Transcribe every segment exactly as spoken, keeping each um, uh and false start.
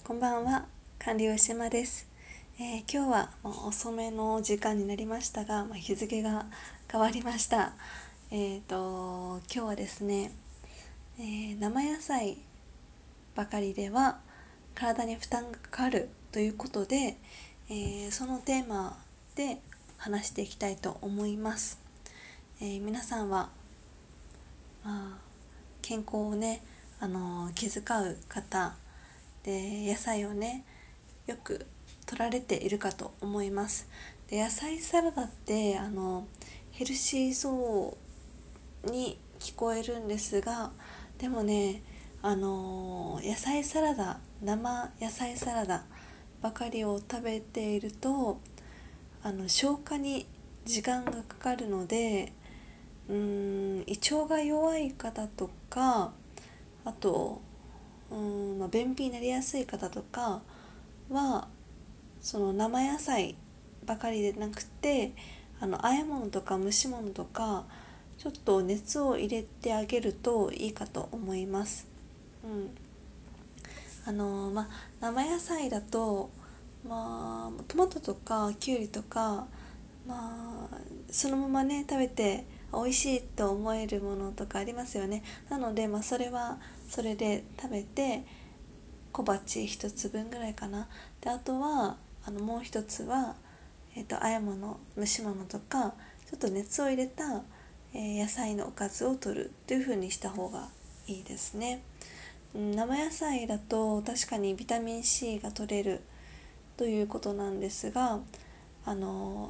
こんばんは、管理吉島です。えー今日はもう遅めの時間になりましたが、まあ、日付が変わりました。えーと、今日はですね、えー生野菜ばかりでは体に負担がかかるということで、えーそのテーマで話していきたいと思います。えー皆さんは、まあ、健康をね、あのー気遣う方で、野菜をねよく取られているかと思います。で、野菜サラダってあのヘルシーそうに聞こえるんですが、でもね、あの野菜サラダ、生野菜サラダばかりを食べていると、あの消化に時間がかかるので、うーん胃腸が弱い方とか、あとうーん、まあ、便秘になりやすい方とかは、その生野菜ばかりでなくて、あの和え物とか蒸し物とかちょっと熱を入れてあげるといいかと思います。うん、あのまあ生野菜だと、まあトマトとかきゅうりとか、まあそのままね食べて美味しいと思えるものとかありますよね。なので、まあ、それはそれで食べて、小鉢一つ分ぐらいかな。で、あとはあのもう一つは、えーと、和え物、蒸し物とかちょっと熱を入れた、えー野菜のおかずを取るという風にした方がいいですね。うん、生野菜だと確かにビタミン C が取れるということなんですが、あの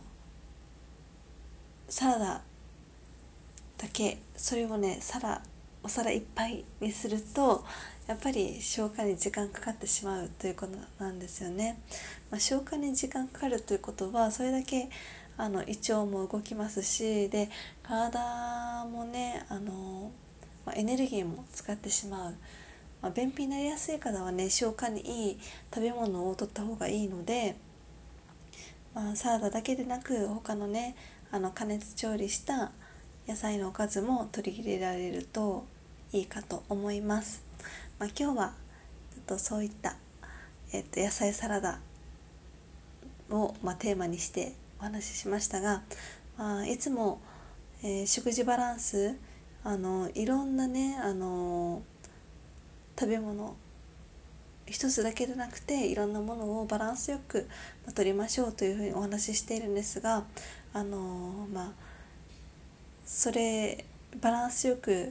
サラダだけ、それをね皿お皿いっぱいにすると、やっぱり消化に時間かかってしまうということなんですよね。まあ、消化に時間かかるということは、それだけあの胃腸も動きますし、で体もね、あの、まあ、エネルギーも使ってしまう。まあ、便秘になりやすい方はね、消化にいい食べ物を取った方がいいので、まあ、サラダだけでなく他のね、あの加熱調理した野菜のおかずも取り入れられるといいかと思います。まあ、今日はちょっとそういった、えっと、野菜サラダを、まあ、テーマにしてお話ししましたが、まあ、いつも、えー食事バランス、あのいろんなね、あの食べ物一つだけでなくていろんなものをバランスよく取りましょうというふうにお話ししているんですが、あのまあそれバランスよく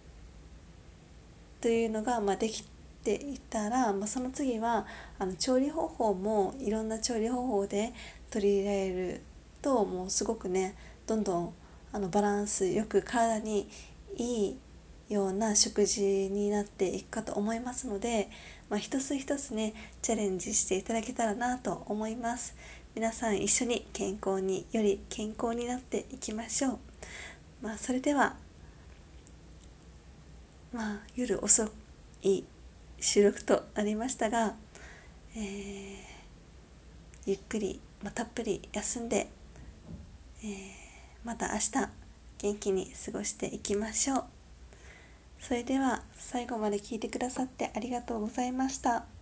というのが、まあ、できていたら、まあ、その次はあの調理方法もいろんな調理方法で取り入れられると、もうすごくね、どんどんあのバランスよく体にいいような食事になっていくかと思いますので、まあ、一つ一つねチャレンジしていただけたらなと思います。皆さん一緒に健康により健康になっていきましょう。まあ、それでは、まあ、夜遅い収録となりましたが、えーゆっくり、まあ、たっぷり休んで、えーまた明日元気に過ごしていきましょう。それでは最後まで聞いてくださってありがとうございました。